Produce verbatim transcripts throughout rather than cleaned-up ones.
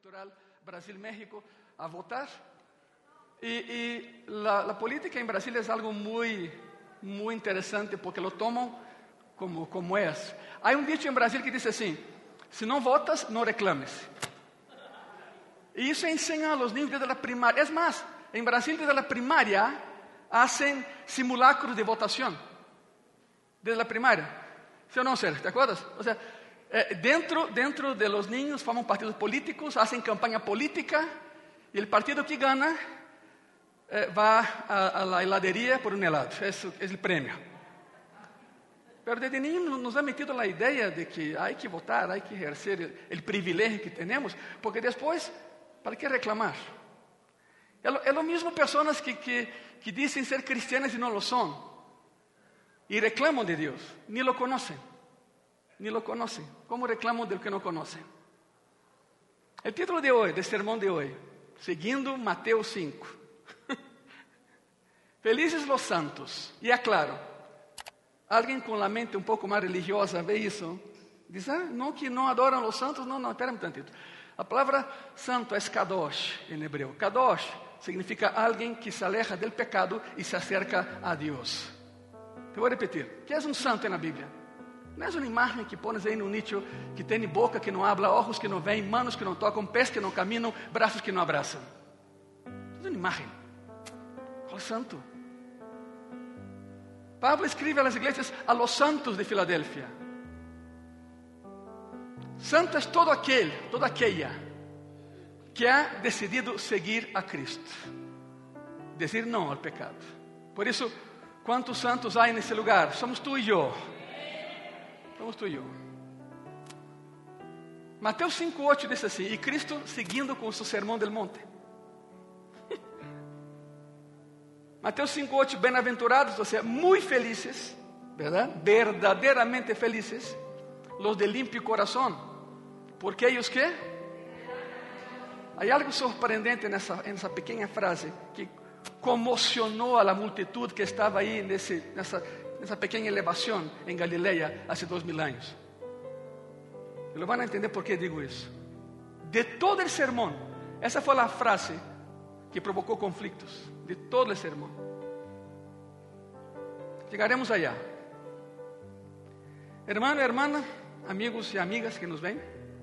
electoral Brasil-México a votar. Y, y la, la política en Brasil es algo muy, muy interesante porque lo toman como, como es. Hay un dicho en Brasil que dice así: si no votas, no reclames. Y eso enseña a los niños desde la primaria. Es más, en Brasil desde la primaria hacen simulacros de votación. Desde la primaria. ¿Sí o no, Sergio? ¿Te acuerdas? O sea, eh, dentro, dentro de los niños forman partidos políticos, hacen campaña política y el partido que gana eh, va a, a la heladería por un helado. Eso es el premio. Pero desde niños nos ha metido la idea de que hay que votar, hay que ejercer el, el privilegio que tenemos, porque después, ¿para qué reclamar? Es lo, es lo mismo personas que, que, que dicen ser cristianas y no lo son, y reclaman de Dios, ni lo conocen, ni lo conocen. ¿Cómo reclaman del que no conocen? El título de hoy, del sermón de hoy, siguiendo Mateo cinco. Felices los santos. Y aclaro, alguien con la mente un poco más religiosa ve eso, dice, ah, no, que no adoran los santos. No, no, espera un tantito. La palabra santo es kadosh en hebreo. Kadosh significa alguien que se aleja del pecado y se acerca a Dios. Te voy a repetir, ¿qué es un santo en la Biblia? No es una imagen que pones ahí en un nicho que tiene boca que no habla, ojos que no ven, manos que no tocan, pies que no caminan, brazos que no abrazan. Es una imagen. ¿Cuál es santo? Pablo escribe a las iglesias, a los santos de Filadelfia. Santo es todo aquel, toda aquella que ha decidido seguir a Cristo. Decir no al pecado. Por eso, ¿cuántos santos hay en ese lugar? Somos tú y yo. Somos tú y yo. Mateo cinco ocho dice así, y Cristo siguiendo con su sermón del monte. Mateo cinco ocho, bienaventurados, o sea, muy felices, ¿verdad? Verdaderamente felices, los de limpio corazón. Porque ellos, ¿qué? Hay algo sorprendente en esa, en esa pequeña frase que conmocionó a la multitud que estaba ahí en, ese, en, esa, en esa pequeña elevación en Galilea hace dos mil años. Y lo van a entender por qué digo eso. De todo el sermón, esa fue la frase que provocó conflictos. De todo el sermón. Llegaremos allá. Hermano, hermana, amigos y amigas que nos ven,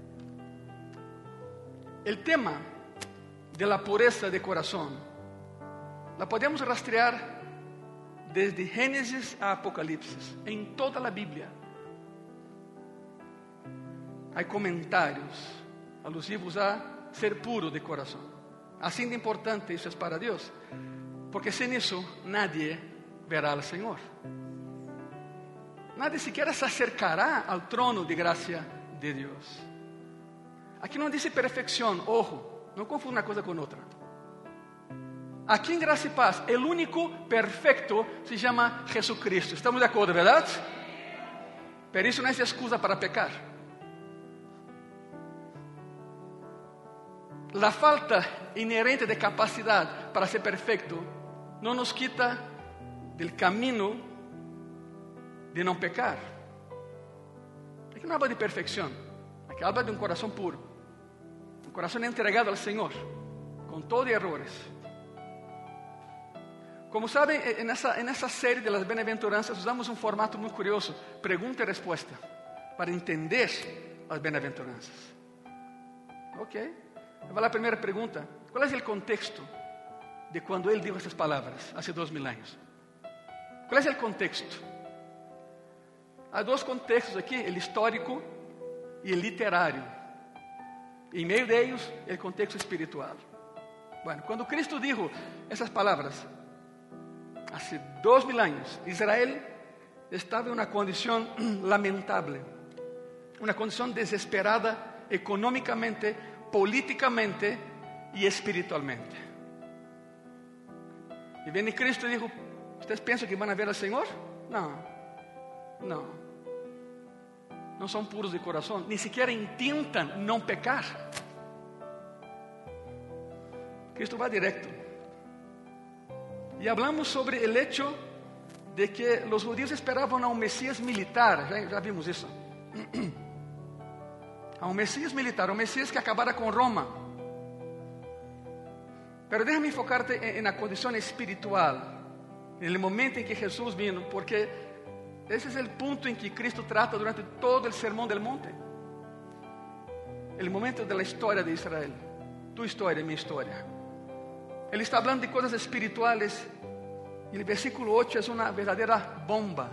el tema de la pureza de corazón la podemos rastrear desde Génesis a Apocalipsis, en toda la Biblia. Hay comentarios alusivos a ser puro de corazón. Así de importante eso es para Dios, porque sin eso nadie verá al Señor. Nadie siquiera se acercará al trono de gracia de Dios. Aquí no dice perfección, ojo, no confunda una cosa con otra. Aquí en Gracia y Paz, el único perfecto se llama Jesucristo. ¿Estamos de acuerdo, verdad? Pero eso no es excusa para pecar. La falta inherente de capacidad para ser perfecto no nos quita del camino de no pecar. Aquí no habla de perfección, aquí habla de un corazón puro, un corazón entregado al Señor, con todo de errores. Como saben, en esa, en esa serie de las bienaventuranzas usamos un formato muy curioso, pregunta y respuesta, para entender las bienaventuranzas. Ok. Va la primera pregunta. ¿Cuál es el contexto de cuando Él dijo estas palabras hace dos mil años? ¿Cuál es el contexto? Hay dos contextos aquí, el histórico y el literario. Y en medio de ellos, el contexto espiritual. Bueno, cuando Cristo dijo esas palabras hace dos mil años, Israel estaba en una condición lamentable, una condición desesperada económicamente, políticamente y espiritualmente. Y viene Cristo y dijo, ¿ustedes piensan que van a ver al Señor? No, no. No son puros de corazón, ni siquiera intentan no pecar. Cristo va directo. Y hablamos sobre el hecho de que los judíos esperaban a un Mesías militar, ya, ya vimos eso. A un Mesías militar, un Mesías que acabara con Roma, Pero déjame enfocarte en, en la condición espiritual, en el momento en que Jesús vino, porque ese es el punto en que Cristo trata durante todo el sermón del monte. El momento de la historia de Israel, tu historia, mi historia. Él está hablando de cosas espirituales y el versículo ocho es una verdadera bomba.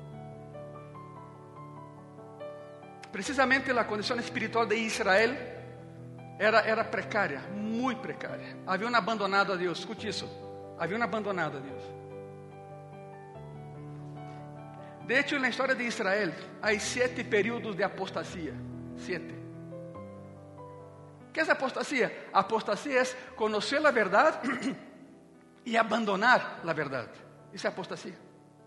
Precisamente la condición espiritual de Israel era, era precaria, muy precaria. Habían abandonado a Dios, escuche eso, habían abandonado a Dios. De hecho, en la historia de Israel hay siete periodos de apostasía, siete. ¿Qué es apostasía? Apostasía es conocer la verdad y abandonar la verdad. Eso es apostasía.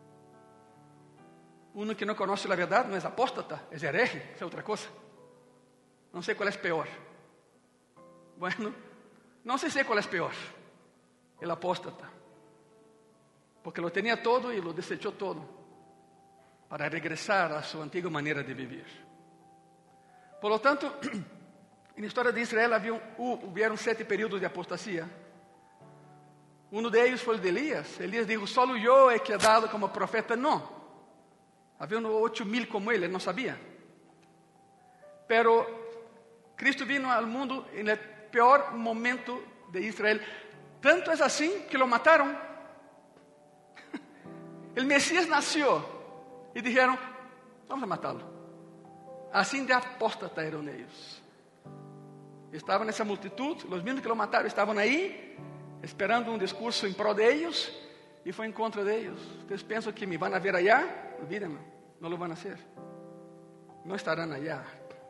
Uno que no conoce la verdad no es apóstata, es hereje, es otra cosa. No sé cuál es peor. Bueno, no sé si cuál es peor. El apóstata. Porque lo tenía todo y lo desechó todo para regresar a su antigua manera de vivir. Por lo tanto, en la historia de Israel había, hubieron siete periodos de apostasía. Uno de ellos fue el de Elías. Elías dijo, solo yo he quedado como profeta. No, había unos ocho mil como él, él no sabía. Pero Cristo vino al mundo en el peor momento de Israel. Tanto es así que lo mataron. El Mesías nació y dijeron, vamos a matarlo. Así de apóstata eran ellos. Estaban en esa multitud, los mismos que lo mataron estaban ahí, esperando un discurso en pro de ellos, y fue en contra de ellos. Ustedes piensan que me van a ver allá, olvídenlo, no lo van a hacer. No estarán allá.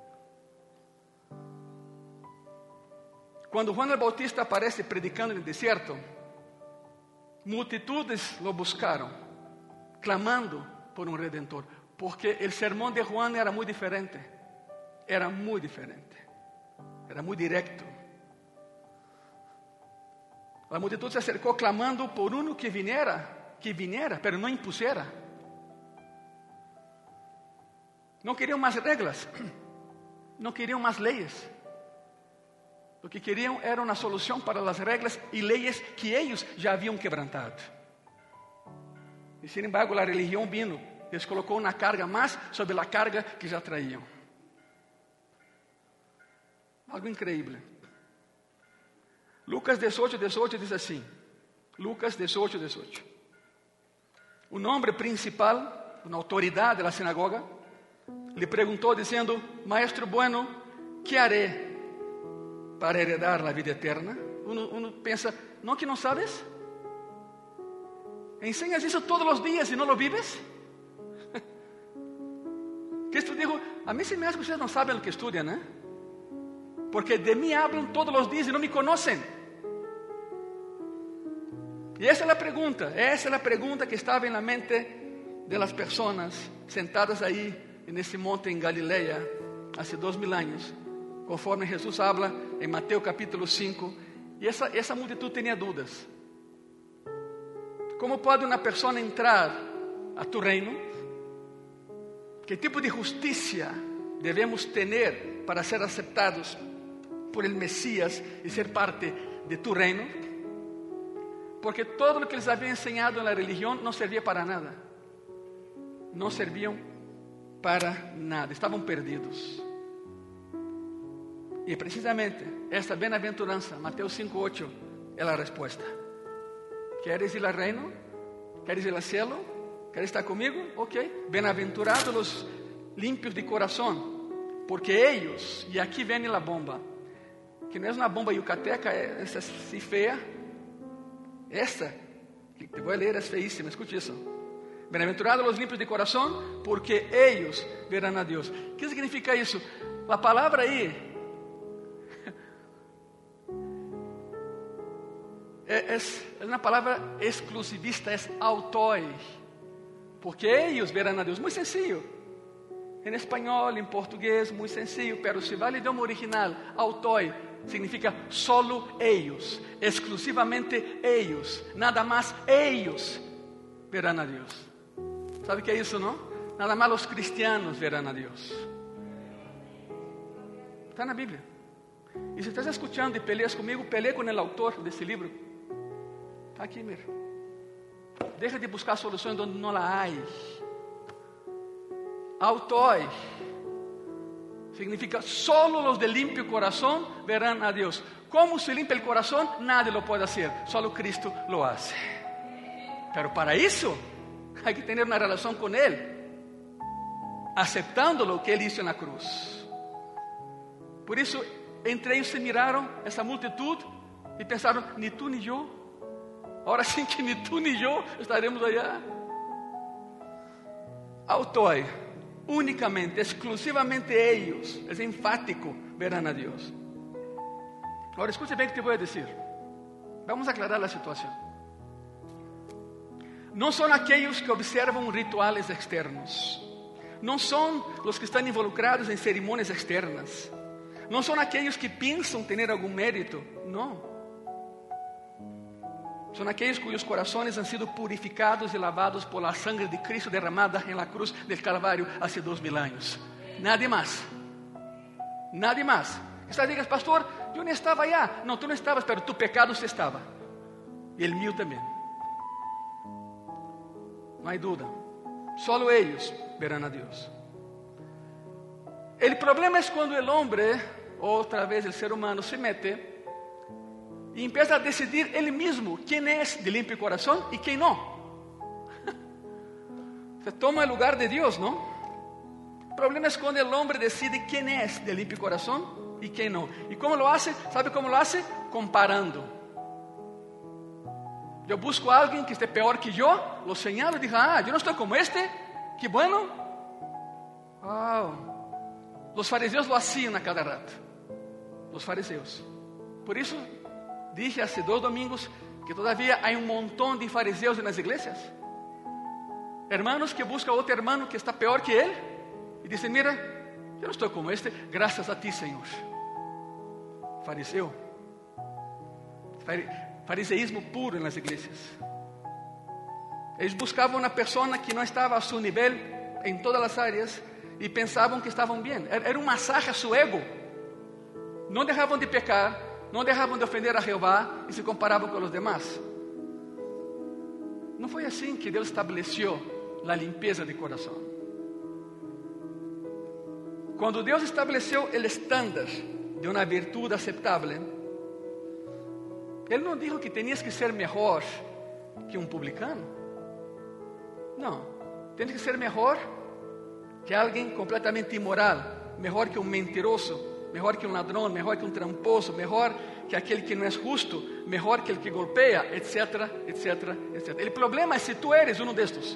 Cuando Juan el Bautista aparece predicando en el desierto, multitudes lo buscaron, clamando por un redentor, porque el sermón de Juan era muy diferente, era muy diferente. Era muy directo. La multitud se acercó clamando por uno que viniera, que viniera, pero no impusiera. No querían más reglas, no querían más leyes. Lo que querían era una solución para las reglas y leyes que ellos ya habían quebrantado. Y sin embargo, la religión vino, les colocó una carga más sobre la carga que ya traían. Algo increíble. Lucas dieciocho, dieciocho dice así. Lucas dieciocho, dieciocho. Un hombre principal, una autoridad de la sinagoga, le preguntó diciendo, Maestro bueno, ¿qué haré para heredar la vida eterna? Uno, uno piensa, ¿no que no sabes? ¿Enseñas eso todos los días y no lo vives? Cristo dijo, a mí se me hace que ustedes no saben lo que estudian, ¿eh? Porque de mí hablan todos los días y no me conocen. Y esa es la pregunta, esa es la pregunta que estaba en la mente de las personas sentadas ahí en ese monte en Galilea hace dos mil años, conforme Jesús habla en Mateo capítulo cinco. Y esa, esa multitud tenía dudas. ¿Cómo puede una persona entrar a tu reino? ¿Qué tipo de justicia debemos tener para ser aceptados por el Mesías y ser parte de tu reino? Porque todo lo que les había enseñado en la religión no servía para nada. No servían para nada, estaban perdidos. Y precisamente esta bienaventuranza, Mateo cinco ocho, es la respuesta. ¿Quieres ir al reino? ¿Quieres ir al cielo? ¿Quieres estar conmigo? Ok. Bienaventurados los limpios de corazón, porque ellos, y aquí viene la bomba, que no es una bomba yucateca, es así fea. Esta, que te voy a leer, es feísima, escuche eso. Bienaventurados los limpios de corazón, porque ellos verán a Dios. ¿Qué significa eso? La palabra ahí es, es una palabra exclusivista, es autoi, porque ellos verán a Dios. Muy sencillo. En español, en portugués, muy sencillo, pero si va al idioma original, autoi significa solo ellos, exclusivamente ellos, nada más ellos verán a Dios. ¿Sabe qué es eso, no? Nada más los cristianos verán a Dios. Está en la Biblia. Y si estás escuchando y peleas conmigo, pelea con el autor de ese libro. Está aquí, mira. Deja de buscar solución donde no la hay. Autoi significa solo los de limpio corazón verán a Dios. ¿Cómo se limpia el corazón? Nadie lo puede hacer, solo Cristo lo hace. Pero para eso hay que tener una relación con Él, aceptando lo que Él hizo en la cruz. Por eso entre ellos se miraron, esa multitud, y pensaron, ni tú ni yo. Ahora sí que ni tú ni yo estaremos allá. Autoi, únicamente, exclusivamente ellos, es enfático, verán a Dios. Ahora escuche bien lo que te voy a decir. Vamos a aclarar la situación. No son aquellos que observan rituales externos. No son los que están involucrados en ceremonias externas. No son aquellos que piensan tener algún mérito. No. Son aquellos cuyos corazones han sido purificados y lavados por la sangre de Cristo derramada en la cruz del Calvario hace dos mil años. Nadie más. Nadie más. Quizás digas, pastor, yo no estaba allá. No, tú no estabas, pero tu pecado sí estaba. Y el mío también. No hay duda. Solo ellos verán a Dios. El problema es cuando el hombre, otra vez el ser humano, se mete y empieza a decidir él mismo quién es de limpio corazón y quién no. Se toma el lugar de Dios, ¿no? El problema es cuando el hombre decide quién es de limpio corazón y quién no. ¿Y cómo lo hace? ¿Sabe cómo lo hace? Comparando. Yo busco a alguien que esté peor que yo, lo señalo y digo, ah, yo no estoy como este, qué bueno. Wow. Los fariseos lo hacían a cada rato. Los fariseos. Por eso dije hace dos domingos que todavía hay un montón de fariseos en las iglesias. Hermanos que buscan a otro hermano que está peor que él y dicen, mira, yo no estoy como este, gracias a ti, Señor. Fariseo. Fariseísmo puro en las iglesias. Ellos buscaban una persona que no estaba a su nivel en todas las áreas y pensaban que estaban bien. Era un masaje a su ego. No dejaban de pecar, no dejaban de ofender a Jehová y se comparaban con los demás. No fue así que Dios estableció la limpieza de corazón. Cuando Dios estableció el estándar de una virtud aceptable, Él no dijo que tenías que ser mejor que un publicano. No, tienes que ser mejor que alguien completamente inmoral, mejor que un mentiroso, mejor que un ladrón, mejor que un tramposo, mejor que aquel que no es justo, mejor que el que golpea, etcétera, etcétera, etcétera. El problema es si tú eres uno de estos.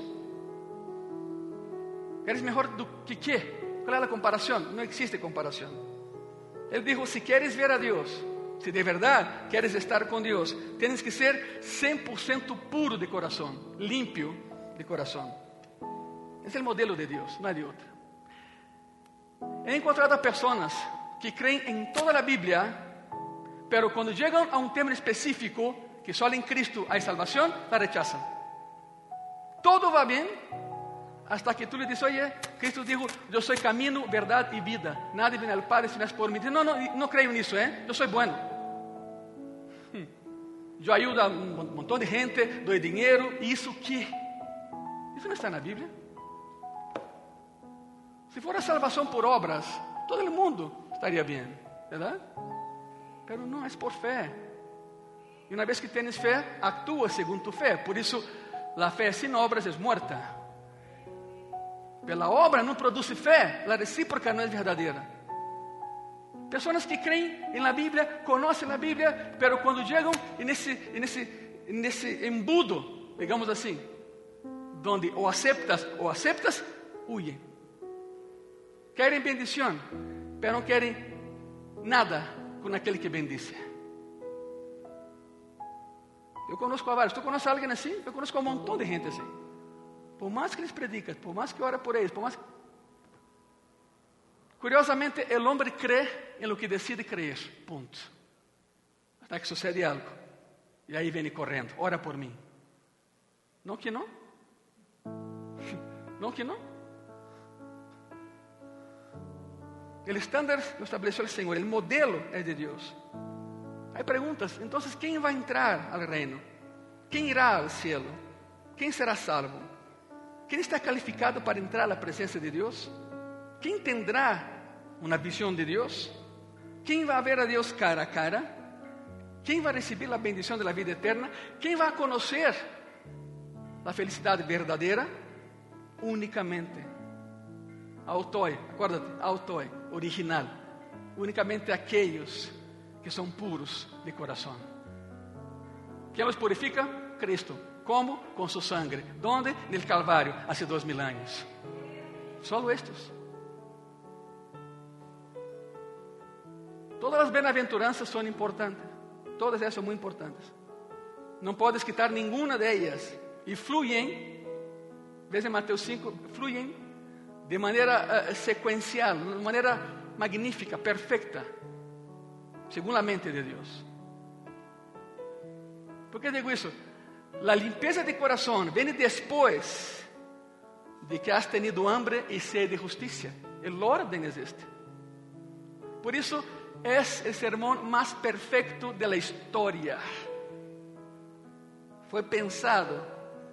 ¿Eres mejor que qué? ¿Cuál es la comparación? No existe comparación. Él dijo, si quieres ver a Dios, si de verdad quieres estar con Dios, tienes que ser cien por ciento puro de corazón, limpio de corazón. Es el modelo de Dios, no hay de otro. He encontrado a personas que creen en toda la Biblia, pero cuando llegan a un tema específico, que solo en Cristo hay salvación, la rechazan. Todo va bien, hasta que tú le dices, oye, Cristo dijo, yo soy camino, verdad y vida. Nadie viene al Padre si no es por mí. Dice, no, no, no creo en eso, ¿eh? Yo soy bueno. Yo ayudo a un montón de gente, doy dinero, ¿y eso qué? Eso no está en la Biblia. Si fuera salvación por obras, todo el mundo estaría bien, ¿verdad? Pero no, es por fe. Y una vez que tienes fe, actúa según tu fe. Por eso la fe sin obras es muerta. Pero la obra no produce fe, la recíproca no es verdadera. Personas que creen en la Biblia, conocen la Biblia, pero cuando llegan en ese, en ese, en ese embudo, digamos así, donde o aceptas o aceptas, huyen. Quieren bendición, pero no quieren nada con aquel que bendice. Eu conozco a vários. ¿Tú conoces a alguien así? Eu conozco a un montón de gente así. Por más que les predicas, por más que ora por ellos, por más... Curiosamente, el hombre cree en lo que decide creer. Punto. Hasta que sucede algo. Y ahí viene corriendo. Ora por mí. ¿No que no? ¿No que no? El estándar lo estableció el Señor, el modelo es de Dios. Hay preguntas, entonces, ¿quién va a entrar al reino? ¿Quién irá al cielo? ¿Quién será salvo? ¿Quién está calificado para entrar a la presencia de Dios? ¿Quién tendrá una visión de Dios? ¿Quién va a ver a Dios cara a cara? ¿Quién va a recibir la bendición de la vida eterna? ¿Quién va a conocer la felicidad verdadera? Únicamente autoi, acuérdate, autoi, original. Únicamente aquellos que son puros de corazón. ¿Quién los purifica? Cristo. ¿Cómo? Con su sangre. ¿Dónde? En el Calvario, hace dos mil años. Solo estos. Todas las bienaventuranzas son importantes. Todas ellas son muy importantes. No puedes quitar ninguna de ellas. Y fluyen, ves en Mateo cinco, fluyen de manera uh, secuencial, de manera magnífica, perfecta, según la mente de Dios. ¿Por qué digo eso? La limpieza de corazón viene después de que has tenido hambre y sed de justicia. El orden es este. Por eso es el sermón más perfecto de la historia. Fue pensado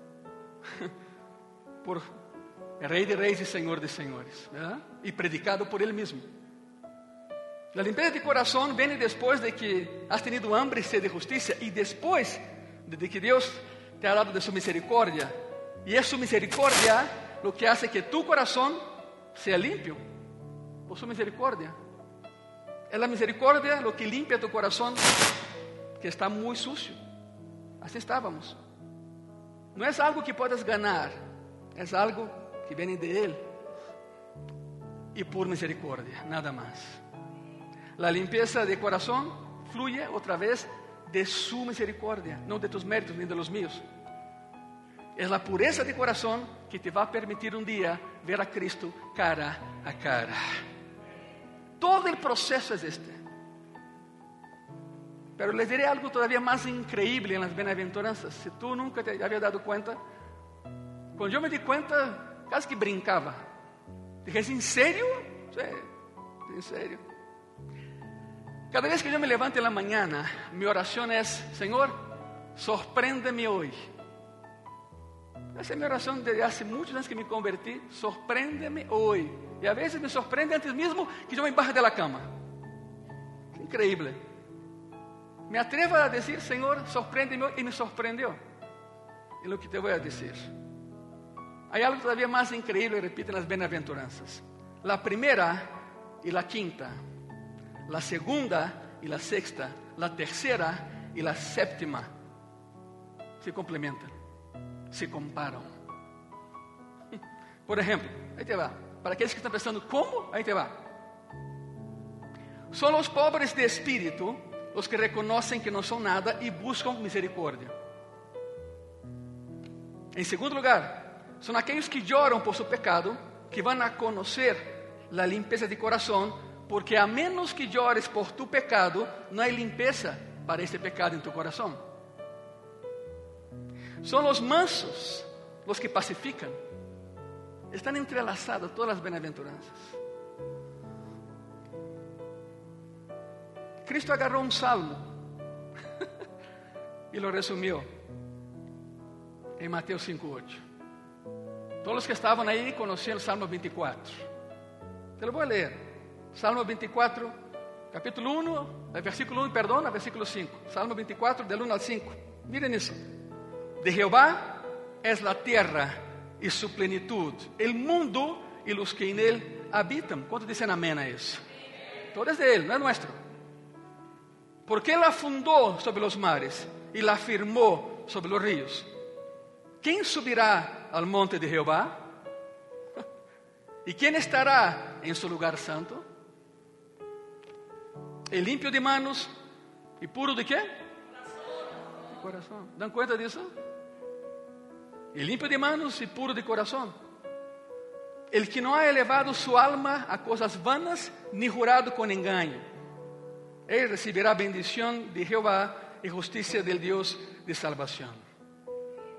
por el Rey de Reyes y Señor de Señores, ¿verdad? Y predicado por Él mismo. La limpieza de corazón viene después de que has tenido hambre y sed de justicia, y después de que Dios te ha dado de su misericordia. Y es su misericordia lo que hace que tu corazón sea limpio por su misericordia. Es la misericordia lo que limpia tu corazón, que está muy sucio. Así estábamos. No es algo que puedas ganar, es algo que viene de Él. Y por misericordia, nada más. La limpieza de corazón fluye otra vez de su misericordia, no de tus méritos ni de los míos. Es la pureza de corazón que te va a permitir un día ver a Cristo cara a cara. Todo el proceso es este. Pero les diré algo todavía más increíble en las bienaventuranzas. Si tú nunca te habías dado cuenta, cuando yo me di cuenta, casi que brincaba. Dije, ¿en serio? Sí, en serio. Cada vez que yo me levanto en la mañana, mi oración es, Señor, sorpréndeme hoy. Esa es mi oración desde hace muchos años que me convertí. Sorpréndeme hoy. Y a veces me sorprende antes mismo que yo me baje de la cama. Es increíble. Me atrevo a decir, Señor, sorpréndeme hoy, y me sorprendió. Es lo que te voy a decir. Hay algo todavía más increíble, repiten las bienaventuranzas. La primera y la quinta. La segunda y la sexta. La tercera y la séptima se complementan, se comparan. Por ejemplo, ahí te va. Para aquellos que están pensando, ¿cómo? Ahí te va. Son los pobres de espíritu los que reconocen que no son nada y buscan misericordia. En segundo lugar, son aquellos que lloran por su pecado, que van a conocer la limpieza de corazón, porque a menos que llores por tu pecado, no hay limpieza para ese pecado en tu corazón. Son los mansos los que pacifican. Están entrelazadas todas las bienaventuranzas. Cristo agarró un salmo y lo resumió en Mateo cinco ocho. Todos los que estaban ahí conocían el Salmo veinticuatro. Te lo voy a leer. Salmo veinticuatro, capítulo uno, versículo uno, perdón, versículo cinco. Salmo veinticuatro, del uno al cinco. Miren eso. De Jehová es la tierra y su plenitud, el mundo y los que en él habitan. ¿Cuántos dicen amén a eso? Todo es de Él, no es nuestro. Porque Él la fundó sobre los mares y la firmó sobre los ríos. ¿Quién subirá al monte de Jehová? ¿Y quién estará en su lugar santo? El limpio de manos y puro de qué? De corazón. ¿Dan cuenta de eso? El limpio de manos y puro de corazón. El que no ha elevado su alma a cosas vanas ni jurado con engaño. Él recibirá bendición de Jehová y justicia del Dios de salvación.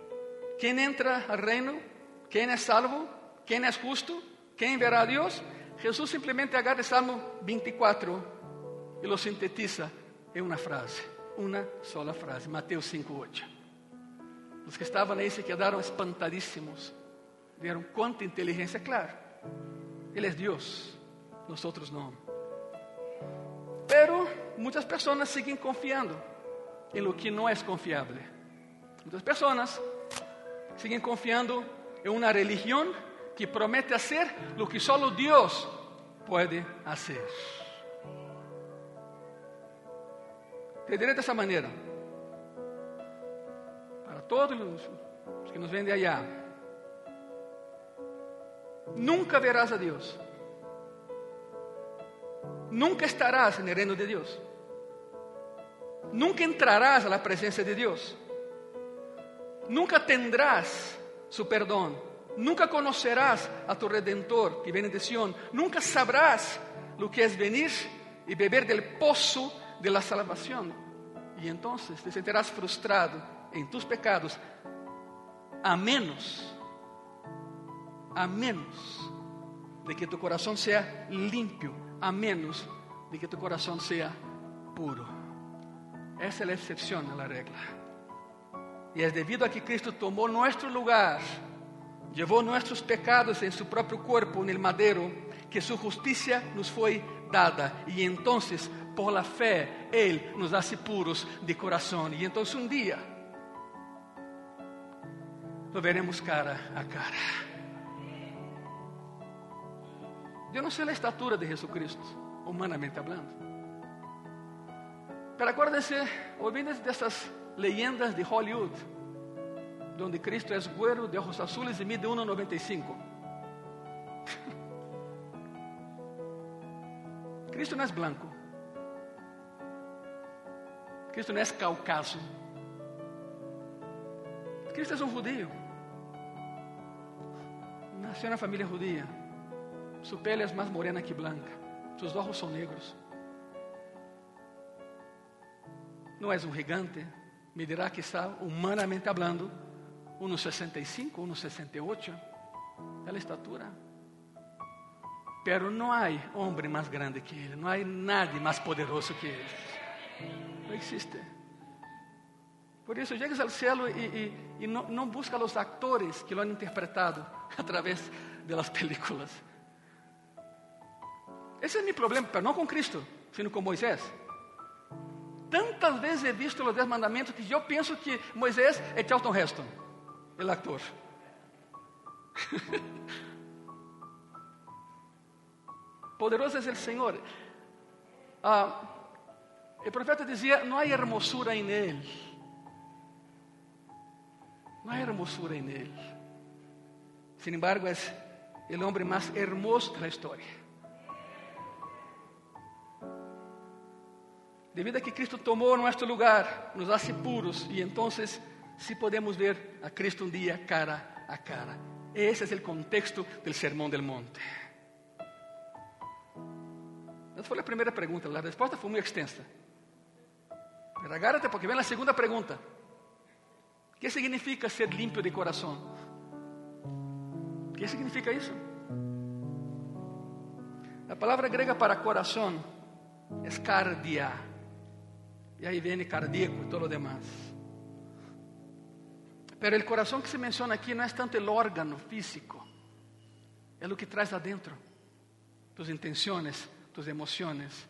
¿Quién entra al reino? ¿Quién es salvo? ¿Quién es justo? ¿Quién verá a Dios? Jesús simplemente agarra el Salmo veinticuatro y lo sintetiza en una frase, una sola frase, Mateo cinco ocho. Los que estaban ahí se quedaron espantadísimos. Vieron cuánta inteligencia, claro. Él es Dios, nosotros no. Pero muchas personas siguen confiando en lo que no es confiable. Muchas personas siguen confiando en una religión que promete hacer lo que solo Dios puede hacer. Te diré de esa manera, para todos los que nos ven de allá, nunca verás a Dios, nunca estarás en el reino de Dios, nunca entrarás a la presencia de Dios, nunca tendrás su perdón, nunca conocerás a tu Redentor que viene de Sion, nunca sabrás lo que es venir y beber del pozo de la salvación. Y entonces te sentirás frustrado en tus pecados, a menos, a menos de que tu corazón sea limpio, a menos de que tu corazón sea puro. Esa es la excepción a la regla. Y es debido a que Cristo tomó nuestro lugar, llevó nuestros pecados en su propio cuerpo en el madero, que su justicia nos fue dada. Y entonces, por la fe, Él nos hace puros de corazón. Y entonces un día lo veremos cara a cara. Yo no sé la estatura de Jesucristo, humanamente hablando. Pero acuérdense, olvídense de esas leyendas de Hollywood, donde Cristo es güero, de ojos azules y mide uno noventa y cinco. Cristo no es blanco. Cristo no es caucaso. Cristo es un judío. Nació en una familia judía. Su piel es más morena que blanca. Sus ojos son negros. No es un gigante. Medirá quizá, humanamente hablando, uno sesenta y cinco, uno sesenta y ocho. Es la estatura. Pero no hay hombre más grande que Él. No hay nadie más poderoso que Él. No existe. Por eso llegas al cielo y, y, y no, no busca los actores que lo han interpretado a través de las películas. Ese es mi problema, pero no con Cristo, sino con Moisés. Tantas veces he visto los diez mandamientos que yo pienso que Moisés es Charlton Heston, el actor. Poderoso es el Señor. Uh, el profeta decía, no hay hermosura en Él. No hay hermosura en Él. Sin embargo, es el hombre más hermoso de la historia. Debido a que Cristo tomó nuestro lugar, nos hace puros, y entonces sí podemos ver a Cristo un día cara a cara. Ese es el contexto del Sermón del Monte. Esa fue la primera pregunta. La respuesta fue muy extensa. Pero agárrate porque viene la segunda pregunta. ¿Qué significa ser limpio de corazón? ¿Qué significa eso? La palabra griega para corazón es cardia. Y ahí viene cardíaco y todo lo demás. Pero el corazón que se menciona aquí no es tanto el órgano físico. Es lo que traes adentro. Tus intenciones, tus emociones,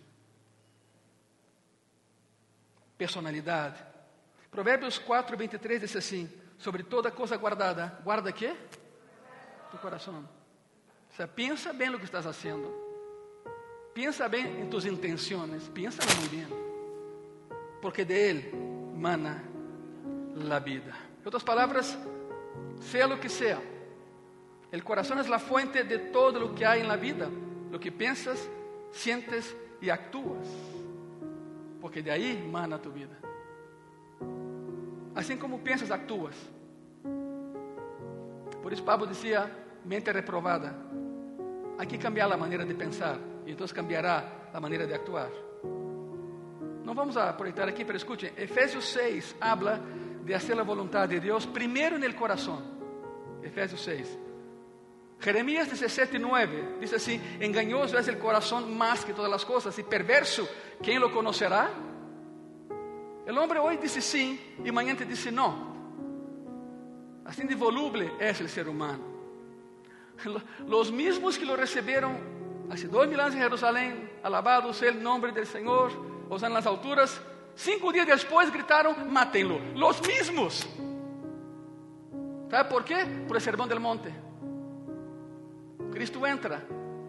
personalidad. Provérbios cuatro, veintitrés dice así: sobre toda cosa guardada, ¿guarda qué? Tu corazón. O sea, piensa bien lo que estás haciendo. Piensa bien en tus intenciones. Piénsalo muy bien. Porque de Él mana la vida. En otras palabras, sea lo que sea, el corazón es la fuente de todo lo que hay en la vida. Lo que piensas, sientes y actúas. Porque de ahí mana tu vida. Así como piensas, actúas. Por eso Pablo decía, mente reprobada. Hay que cambiar la manera de pensar. Y entonces cambiará la manera de actuar. No vamos a proyectar aquí, pero escuchen. Efesios seis habla de hacer la voluntad de Dios primero en el corazón. Efesios seis. Jeremías diecisiete nueve dice así: engañoso es el corazón más que todas las cosas y perverso, ¿quién lo conocerá? El hombre hoy dice sí y mañana te dice no. Así de voluble es el ser humano. Los mismos que lo recibieron hace dos mil años en Jerusalén, alabado sea el nombre del Señor, o sea, en las alturas, cinco días después gritaron: mátenlo. Los mismos. ¿Sabe por qué? Por el sermón del monte. Cristo entra.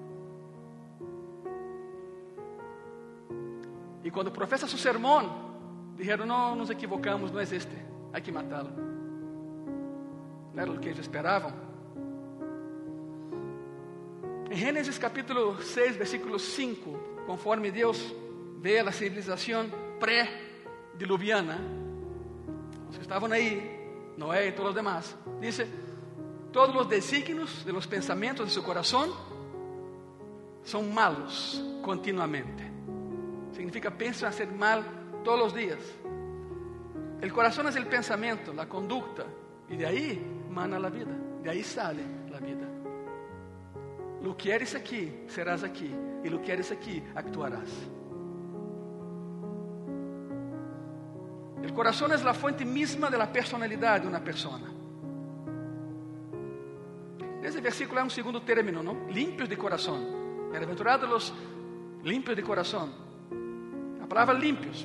Y cuando profesa su sermón, dijeron: no, nos equivocamos, no es este, hay que matarlo. No era lo que ellos esperaban. En Génesis capítulo seis, versículo cinco, conforme Dios ve a la civilización pre-diluviana, los que estaban ahí, Noé y todos los demás, dice: todos los designios de los pensamientos de su corazón son malos continuamente. Significa piensa hacer mal todos los días. El corazón es el pensamiento, la conducta, y de ahí mana la vida, de ahí sale la vida. Lo quieres aquí, serás aquí, y lo quieres aquí, actuarás. El corazón es la fuente misma de la personalidad de una persona. En ese versículo hay un segundo término, ¿no? Limpios de corazón. Bienaventurados los limpios de corazón. La palabra limpios,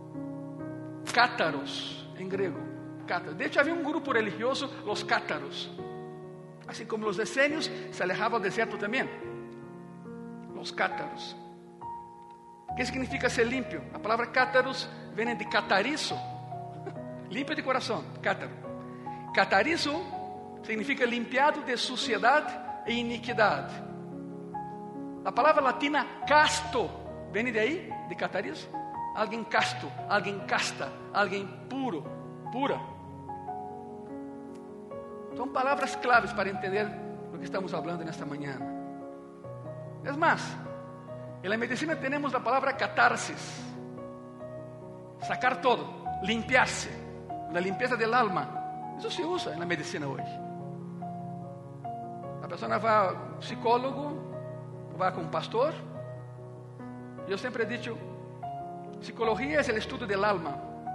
cátaros en griego. Cátaros. De hecho, había un grupo religioso, los cátaros. Así como los esenios se alejaban del desierto también. Los cátaros. ¿Qué significa ser limpio? La palabra cátaros viene de catarizo. Limpio de corazón, cátaro. Catarizo significa limpiado de suciedad e iniquidad. La palabra latina casto viene de ahí, de catarizo. Alguien casto, alguien casta, alguien puro, pura. Son palabras claves para entender lo que estamos hablando en esta mañana. Es más, en la medicina tenemos la palabra catarsis. Sacar todo, limpiarse, la limpieza del alma. Eso se usa en la medicina hoy. La persona va a un psicólogo, va con un pastor. Yo siempre he dicho, psicología es el estudio del alma.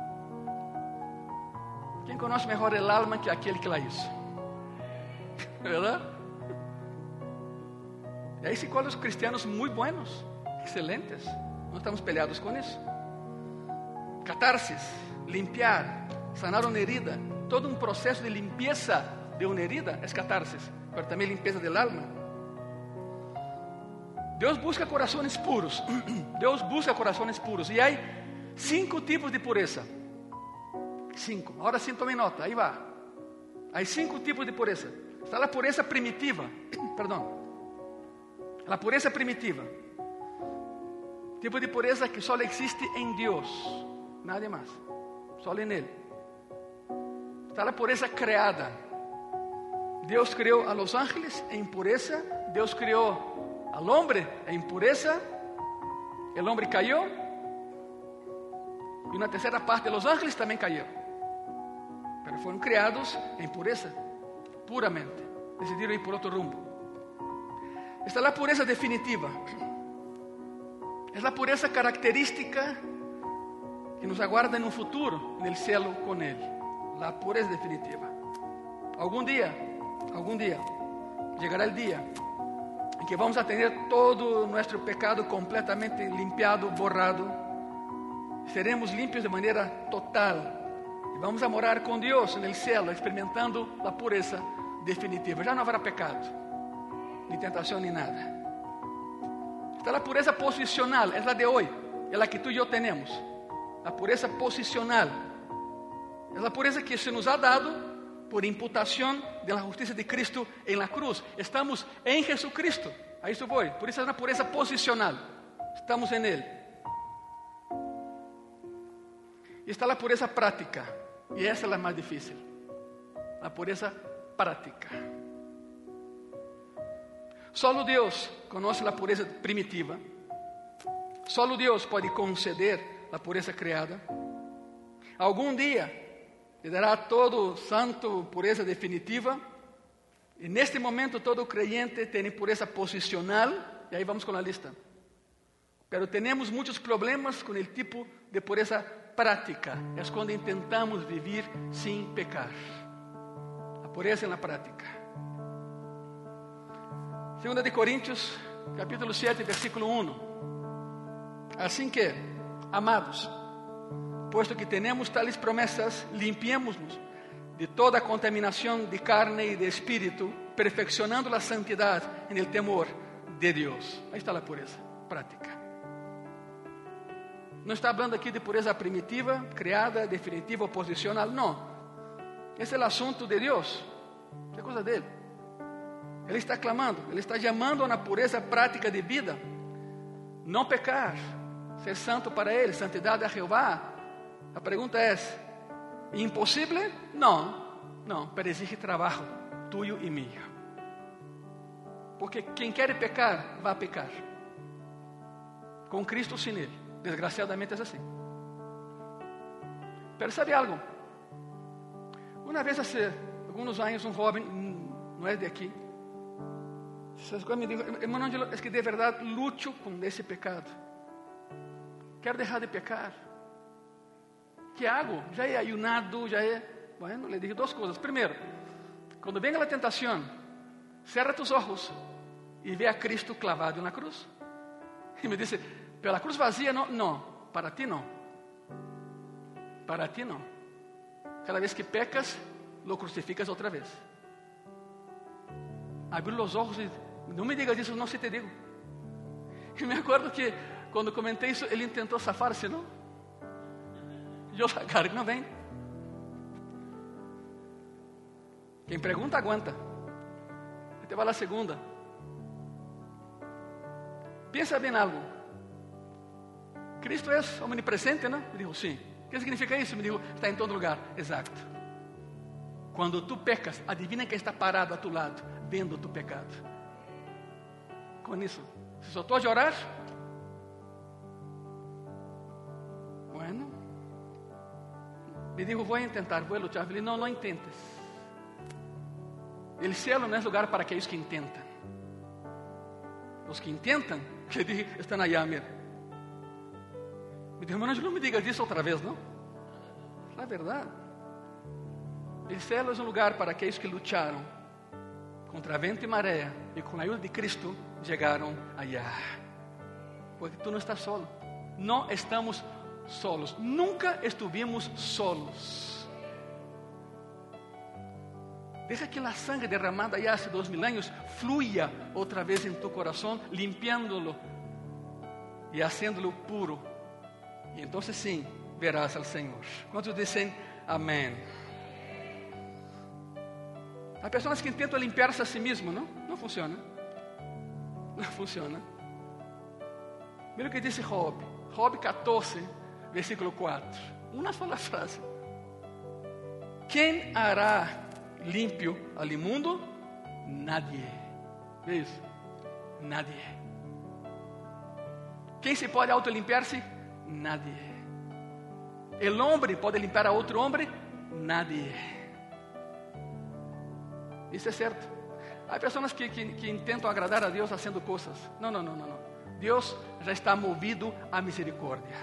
¿Quién conoce mejor el alma que aquel que la hizo? ¿Verdad? Y hay psicólogos cristianos muy buenos, excelentes. No estamos peleados con eso. Catarsis, limpiar, sanar una herida. Todo un proceso de limpieza de una herida es catarsis, pero también limpieza del alma. Dios busca corazones puros. Dios busca corazones puros. Y hay cinco tipos de pureza. Cinco. Ahora sí tome nota, ahí va. Hay cinco tipos de pureza. Está la pureza primitiva. Perdón. La pureza primitiva. Tipo de pureza que solo existe en Dios. Nadie más. Solo en Él. Está la pureza creada. Dios creó a los ángeles en pureza. Dios creó al hombre en pureza. El hombre cayó. Y una tercera parte de los ángeles también cayeron. Pero fueron creados en pureza. Puramente. Decidieron ir por otro rumbo. Está la pureza definitiva. Es la pureza característica que nos aguarda en un futuro, en el cielo con Él. La pureza definitiva. Algún día, algún día, llegará el día en que vamos a tener todo nuestro pecado completamente limpiado, borrado. Seremos limpios de manera total. Y vamos a morar con Dios en el cielo, experimentando la pureza definitiva. Ya no habrá pecado, ni tentación, ni nada. Está la pureza posicional, es la de hoy, es la que tú y yo tenemos. La pureza posicional es la pureza que se nos ha dado por imputación de la justicia de Cristo en la cruz. Estamos en Jesucristo, a eso voy. Por eso es una pureza posicional, estamos en Él. Y está la pureza práctica, y esa es la más difícil. La pureza práctica. Solo Dios conoce la pureza primitiva. Solo Dios puede conceder la pureza creada. Algún día le dará todo santo pureza definitiva. En este momento todo creyente tiene pureza posicional, y ahí vamos con la lista. Pero tenemos muchos problemas con el tipo de pureza práctica. Es cuando intentamos vivir sin pecar. La pureza en la práctica. Segunda de Corintios, capítulo siete, versículo uno. Así que, amados, puesto que tenemos tales promesas, limpiémonos de toda contaminación de carne y de espíritu, perfeccionando la santidad en el temor de Dios. Ahí está la pureza práctica. No está hablando aquí de pureza primitiva, creada, definitiva o posicional, no. Es el asunto de Dios, es cosa de Él. Él está clamando, Él está llamando a una pureza práctica de vida. No pecar, ser santo para Él, santidad a Jehová. La pregunta es, ¿imposible? No, no, pero exige trabajo tuyo y mío. Porque quien quiere pecar, va a pecar. Con Cristo sin Él. Desgraciadamente es así. Pero ¿sabe algo? Una vez hace algunos años un joven, no es de aquí, me dijo, hermano Angelo, es que de verdad lucho con ese pecado. Quiero dejar de pecar. ¿Qué hago? Ya he ayunado, ya he... Bueno, le dije dos cosas. Primero, cuando venga la tentación, cierra tus ojos y ve a Cristo clavado en la cruz. Y me dice, pero la cruz vacía no, no, para ti no. Para ti no. Cada vez que pecas, lo crucificas otra vez. Abrir los ojos y no me digas eso, no, si te digo. Y me acuerdo que cuando comenté eso, él intentó zafarse, ¿no? Yo sacar, no ven. Quien pregunta, aguanta. Ahí te va la segunda. Piensa bien algo. Cristo es omnipresente, ¿no? Me dijo, sí. ¿Qué significa eso? Me dijo, está en todo lugar. Exacto. Cuando tú pecas, adivina que está parado a tu lado, viendo tu pecado. Con eso, ¿se soltó a llorar? Bueno. Me dijo, voy a intentar, voy a luchar. Eu falei, no, no intentes. El cielo no es lugar para aquellos que intentan. Los que intentan, le dije, están allá, mira. Me dijo, hermano, no me digas eso otra vez, ¿no? La verdad. El cielo es un lugar para aquellos que lucharon contra viento y marea y con la ayuda de Cristo llegaron allá. Porque tú no estás solo. No estamos solos. Nunca estuvimos solos. Deja que la sangre derramada ya hace dos mil años fluya otra vez en tu corazón, limpiándolo y haciéndolo puro. Y entonces sí, verás al Señor. ¿Cuántos dicen amén? Hay personas que intentan limpiarse a sí mismos, ¿no? No funciona. No funciona. Mira lo que dice Job. Job catorce, versículo cuatro. Una sola frase. ¿Quién hará limpio al inmundo? Nadie. ¿Ves? Nadie. ¿Quién se puede autolimpiarse? Nadie. ¿El hombre puede limpiar a otro hombre? Nadie. Isso é certo. Há pessoas que, que, que intentam agradar a Deus fazendo coisas. Não, não, não, não, não. Deus já está movido à misericórdia.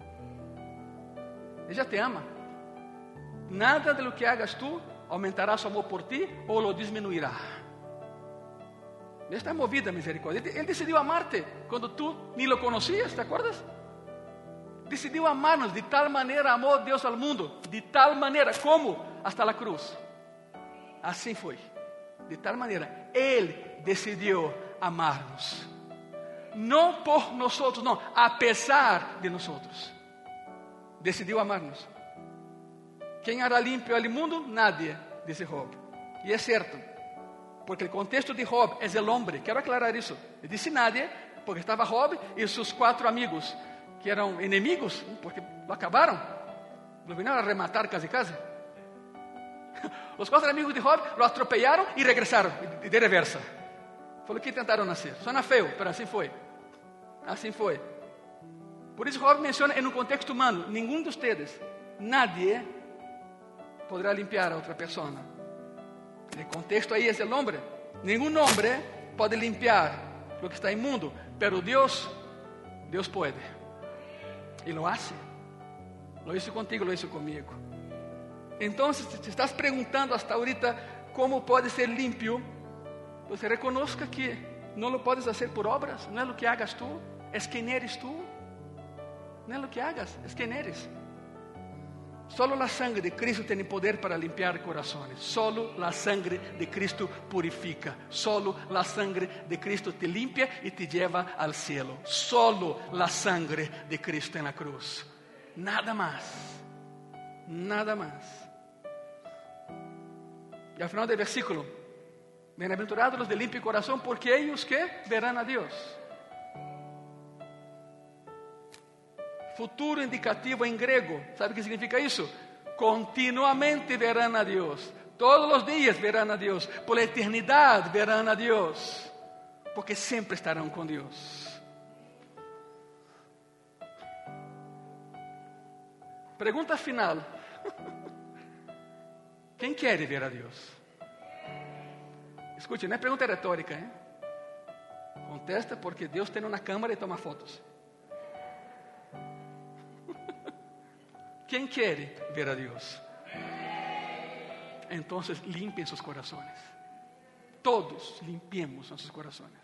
Ele já te ama. Nada de lo que hagas tu aumentará su amor por ti ou lo diminuirá. Ele está movido à misericórdia. Ele, ele decidiu amar-te quando tu nem lo conhecias, ¿te acuerdas? Decidiu amar-nos, de tal maneira amou Deus ao mundo, de tal maneira como hasta a cruz. Assim foi. De tal maneira, Ele decidiu amar-nos. Não por nós, não, a pesar de nós. Decidiu amar-nos. Quem hará limpio al mundo? Nadie, disse Job. E é certo, porque o contexto de Job é o homem. Quero aclarar isso. Ele disse nadie, porque estava Job e seus quatro amigos, que eram inimigos, porque lo acabaram. Lo vinieron a rematar casi casi. Os quatro amigos de Job lo atropellaram e regressaram de reversa. Foi o que tentaram fazer. Suena feio, mas assim foi. Assim foi. Por isso Job menciona em um contexto humano: nenhum de vocês, nadie, poderá limpiar a outra pessoa. El contexto ahí es el hombre. Ningún hombre puede limpiar lo que está inmundo, pero Dios, Dios puede. Y lo hace. Lo hizo contigo, lo hizo conmigo. Entonces, si te estás preguntando hasta ahorita cómo puede ser limpio, pues reconozca que no lo puedes hacer por obras, no es lo que hagas tú, es quien eres tú. No es lo que hagas, es quien eres. Solo la sangre de Cristo tiene poder para limpiar corazones. Solo la sangre de Cristo purifica. Solo la sangre de Cristo te limpia y te lleva al cielo. Solo la sangre de Cristo en la cruz. Nada más. Nada más. Y al final del versículo, bienaventurados los de limpio corazón, porque ellos que verán a Dios. Futuro indicativo en griego. ¿Sabe qué significa eso? Continuamente verán a Dios. Todos los días verán a Dios. Por la eternidad verán a Dios. Porque siempre estarán con Dios. Pregunta final. ¿Quién quiere ver a Dios? Escuche, no es pregunta retórica, ¿eh? Contesta porque Dios tiene una cámara y toma fotos. ¿Quién quiere ver a Dios? Entonces limpien sus corazones. Todos limpiemos nuestros corazones.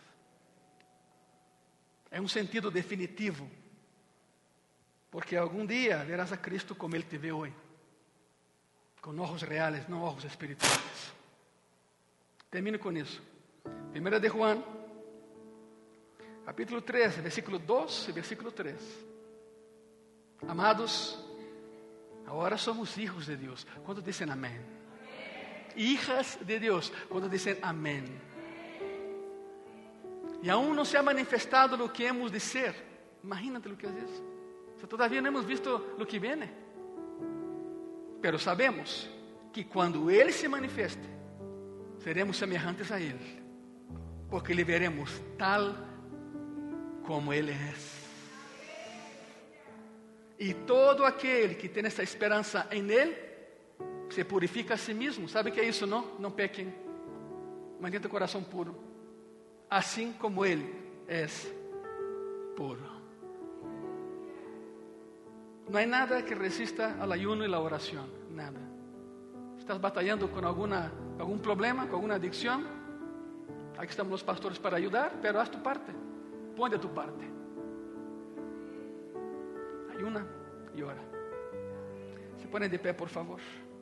Es un sentido definitivo. Porque algún día verás a Cristo como Él te ve hoy. Con ojos reales, no ojos espirituales. Termino con eso. Primera de Juan, capítulo tres, versículo dos y versículo tres. Amados, ahora somos hijos de Dios. ¿Cuántos dicen amén? Amén. Hijas de Dios. ¿Cuántos dicen amén? Y aún no se ha manifestado lo que hemos de ser. Imagínate lo que es eso. O sea, todavía no hemos visto lo que viene. Pero sabemos que cuando Él se manifieste, seremos semejantes a Él. Porque le veremos tal como Él es. Y todo aquel que tiene esa esperanza en Él, se purifica a sí mismo. ¿Sabe qué es eso? No, no pequen. Mantenga tu corazón puro. Así como Él es puro. No hay nada que resista al ayuno y la oración. Nada. ¿Estás batallando con alguna, algún problema, con alguna adicción? Aquí estamos los pastores para ayudar, pero haz tu parte. Pon de tu parte. Ayuna y ora. Se ponen de pie, por favor.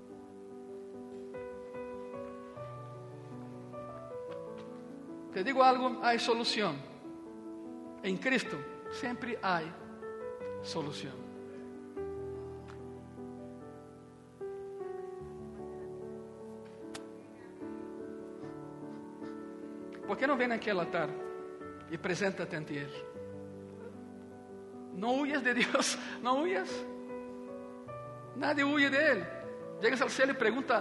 Te digo algo, hay solución. En Cristo siempre hay solución. ¿Por qué no ven aquí al altar y preséntate ante Él? No huyas de Dios, no huyas. Nadie huye de Él. Llegas al cielo y pregunta,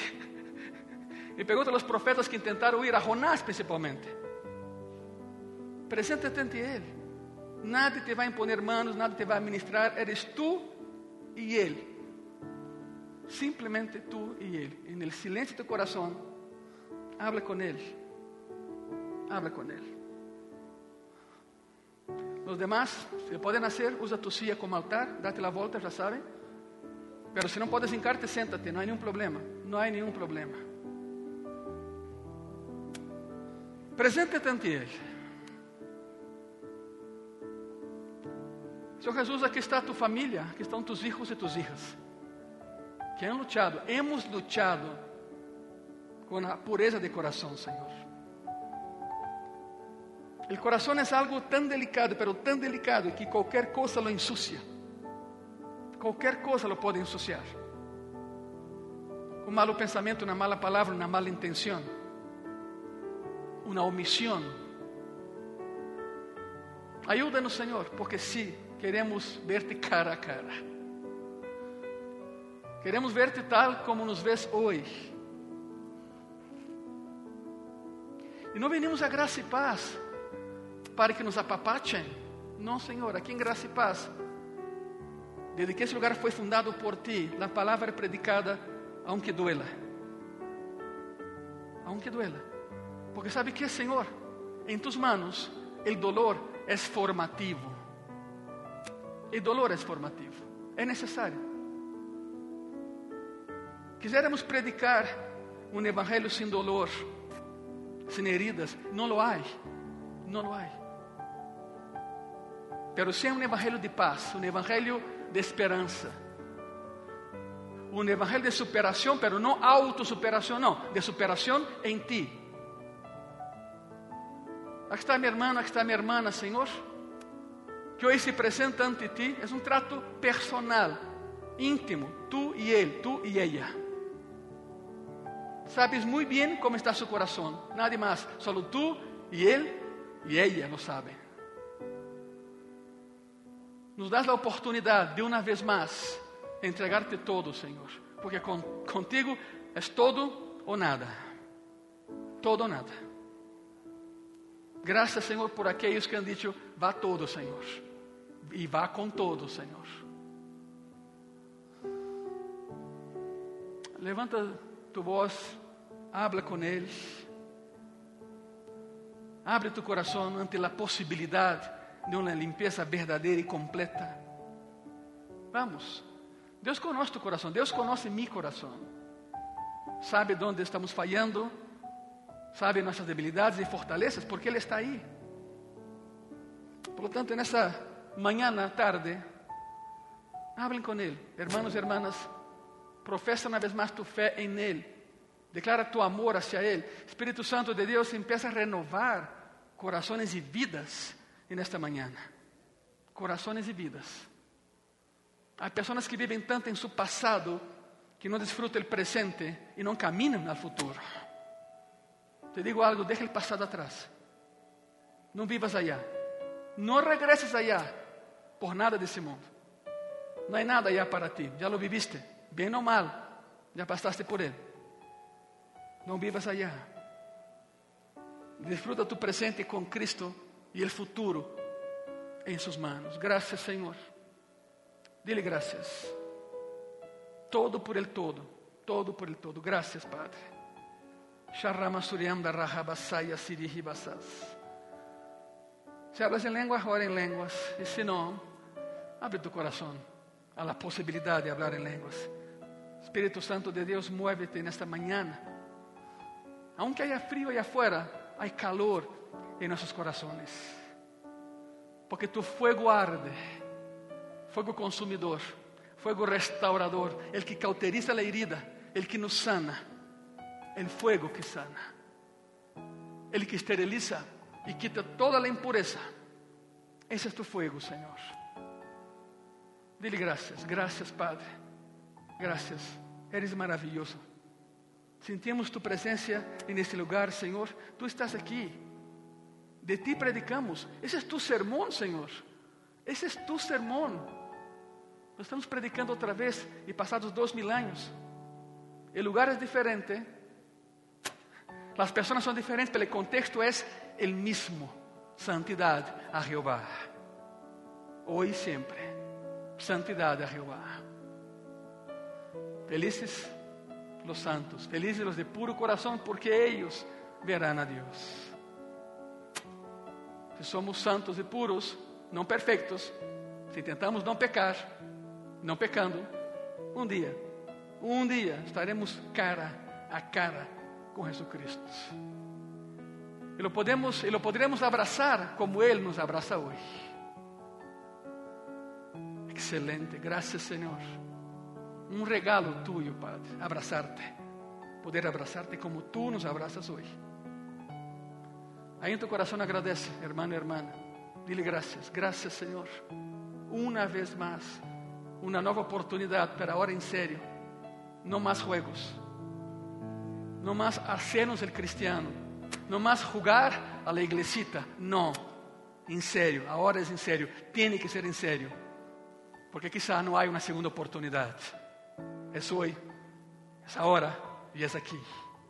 y pregunta a los profetas que intentaron huir, a Jonás principalmente. Preséntate ante Él. Nadie te va a imponer manos, nadie te va a ministrar. Eres tú y Él. Simplemente tú y Él. En el silencio de tu corazón, habla con Él. Habla con Él. Los demás, si pueden hacer, usa tu silla como altar, date la vuelta, ya saben. Pero si no puedes hincarte, siéntate, no hay ningún problema. No hay ningún problema. Preséntate ante Él. Señor Jesús, aquí está tu familia, aquí están tus hijos y tus hijas, que han luchado, hemos luchado con la pureza de corazón, Señor. El corazón es algo tan delicado, pero tan delicado que cualquier cosa lo ensucia. Cualquier cosa lo puede ensuciar. Un malo pensamiento, una mala palabra, una mala intención, una omisión. Ayúdanos, Señor, porque sí, queremos verte cara a cara. Queremos verte tal como nos ves hoy. E não venimos a graça e paz para que nos apapachen. Não, Senhor, aqui em graça e paz, desde que esse lugar foi fundado por Ti, a palavra é predicada, aunque duela. aunque duela. Porque ¿sabe qué, Señor? En tus manos el dolor es formativo. El dolor es formativo, es necesario. Quisiéramos predicar un evangelio sin dolor, sin heridas. No lo hay, no lo hay. Pero sí hay un evangelio de paz, un evangelio de esperanza. Un evangelio de superación, pero no autosuperación, no, de superación en ti. Aquí está mi hermano, aquí está mi hermana, Señor, que hoy se presenta ante ti. Es un trato personal, íntimo, tú y él, tú y ella. Sabes muy bien cómo está su corazón, nadie más, solo tú y él y ella lo saben. Nos das la oportunidad de una vez más entregarte todo, Señor, porque con, contigo es todo o nada, todo o nada. Gracias, Señor, por aquellos que han dicho, va todo, Señor, y va con todo, Señor. Levanta tu voz, habla con Él, abre tu corazón ante la posibilidad de una limpieza verdadera y completa. Vamos, Dios conoce tu corazón, Dios conoce mi corazón, sabe dónde estamos fallando, sabe nuestras debilidades y fortalezas, porque Él está ahí. Por lo tanto, en esta mañana, tarde, hablen con Él, hermanos y hermanas, profesa una vez más tu fe en Él, declara tu amor hacia Él. Espíritu Santo de Dios empieza a renovar corazones y vidas en esta mañana, corazones y vidas. Hay personas que viven tanto en su pasado que no disfrutan el presente y no caminan al futuro. Te digo algo, deja el pasado atrás, no vivas allá, no regreses allá por nada de ese mundo. No hay nada allá para ti, ya lo viviste, bien o mal, ya pasaste por él. No vivas allá, disfruta tu presente con Cristo y el futuro en sus manos. Gracias, Señor. Dile gracias. Todo por el todo, todo por el todo. Gracias, Padre. Sharrama Surianda Rahabasaya Sirihibasas. Si hablas en lenguas, ora en lenguas. Y si no, abre tu corazón a la posibilidad de hablar en lenguas. Espíritu Santo de Dios, muévete en esta mañana. Aunque haya frío allá afuera, hay calor en nuestros corazones. Porque tu fuego arde, fuego consumidor, fuego restaurador, el que cauteriza la herida, el que nos sana, el fuego que sana, el que esteriliza y quita toda la impureza. Ese es tu fuego, Señor. Dile gracias, gracias, Padre, gracias, eres maravilloso. Sentimos tu presencia en este lugar, Señor. Tú estás aquí. De ti predicamos. Ese es tu sermón, Señor. Ese es tu sermón. Lo estamos predicando otra vez y pasados dos mil años. El lugar es diferente. Las personas son diferentes, pero el contexto es el mismo. Santidad a Jehová. Hoy y siempre. Santidad a Jehová. Felices los santos, felices los de puro corazón, porque ellos verán a Dios. Si somos santos y puros, no perfectos, si intentamos no pecar, no pecando, un día, un día estaremos cara a cara con Jesucristo. Y lo podemos, y lo podremos abrazar como Él nos abraza hoy. Excelente, gracias, Señor. Un regalo tuyo, Padre, abrazarte, poder abrazarte como tú nos abrazas hoy. Ahí en tu corazón agradece, hermano y hermana. Dile gracias, gracias, Señor. Una vez más, una nueva oportunidad, pero ahora en serio. No más juegos, no más hacernos el cristiano, no más jugar a la iglesita. No, en serio, ahora es en serio, tiene que ser en serio, porque quizá no hay una segunda oportunidad. Es hoy, es ahora y es aquí.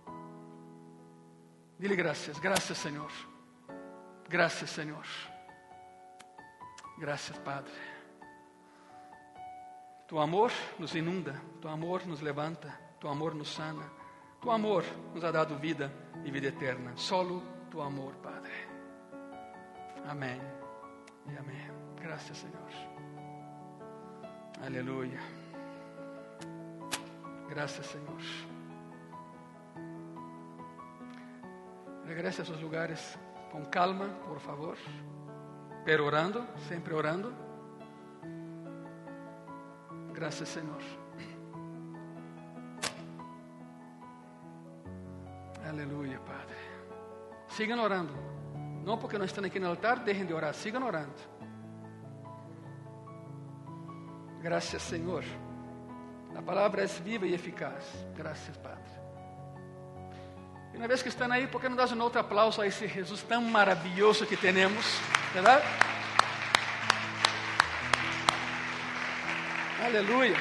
Dile gracias, gracias, Señor. Gracias, Señor. Gracias, Padre. Tu amor nos inunda, tu amor nos levanta, tu amor nos sana, Tu amor nos ha dado vida e vida eterna. Solo tu amor, Padre. Amém e amém. Graças, Senhor. Aleluia. Graças, Senhor. Regrese a seus lugares com calma, por favor. Pero orando, sempre orando. Graças, Senhor. Aleluia, Padre. Sigam orando. Não porque não estão aqui no altar, deixem de orar. Sigam orando. Graças, Senhor. A palavra é viva e eficaz. Graças, Padre. E uma vez que estão aí, por que não dás um outro aplauso a esse Jesus tão maravilhoso que temos? Verdade? Aleluia.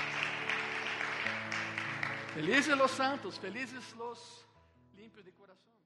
Felizes los santos, felizes los limpios de coração.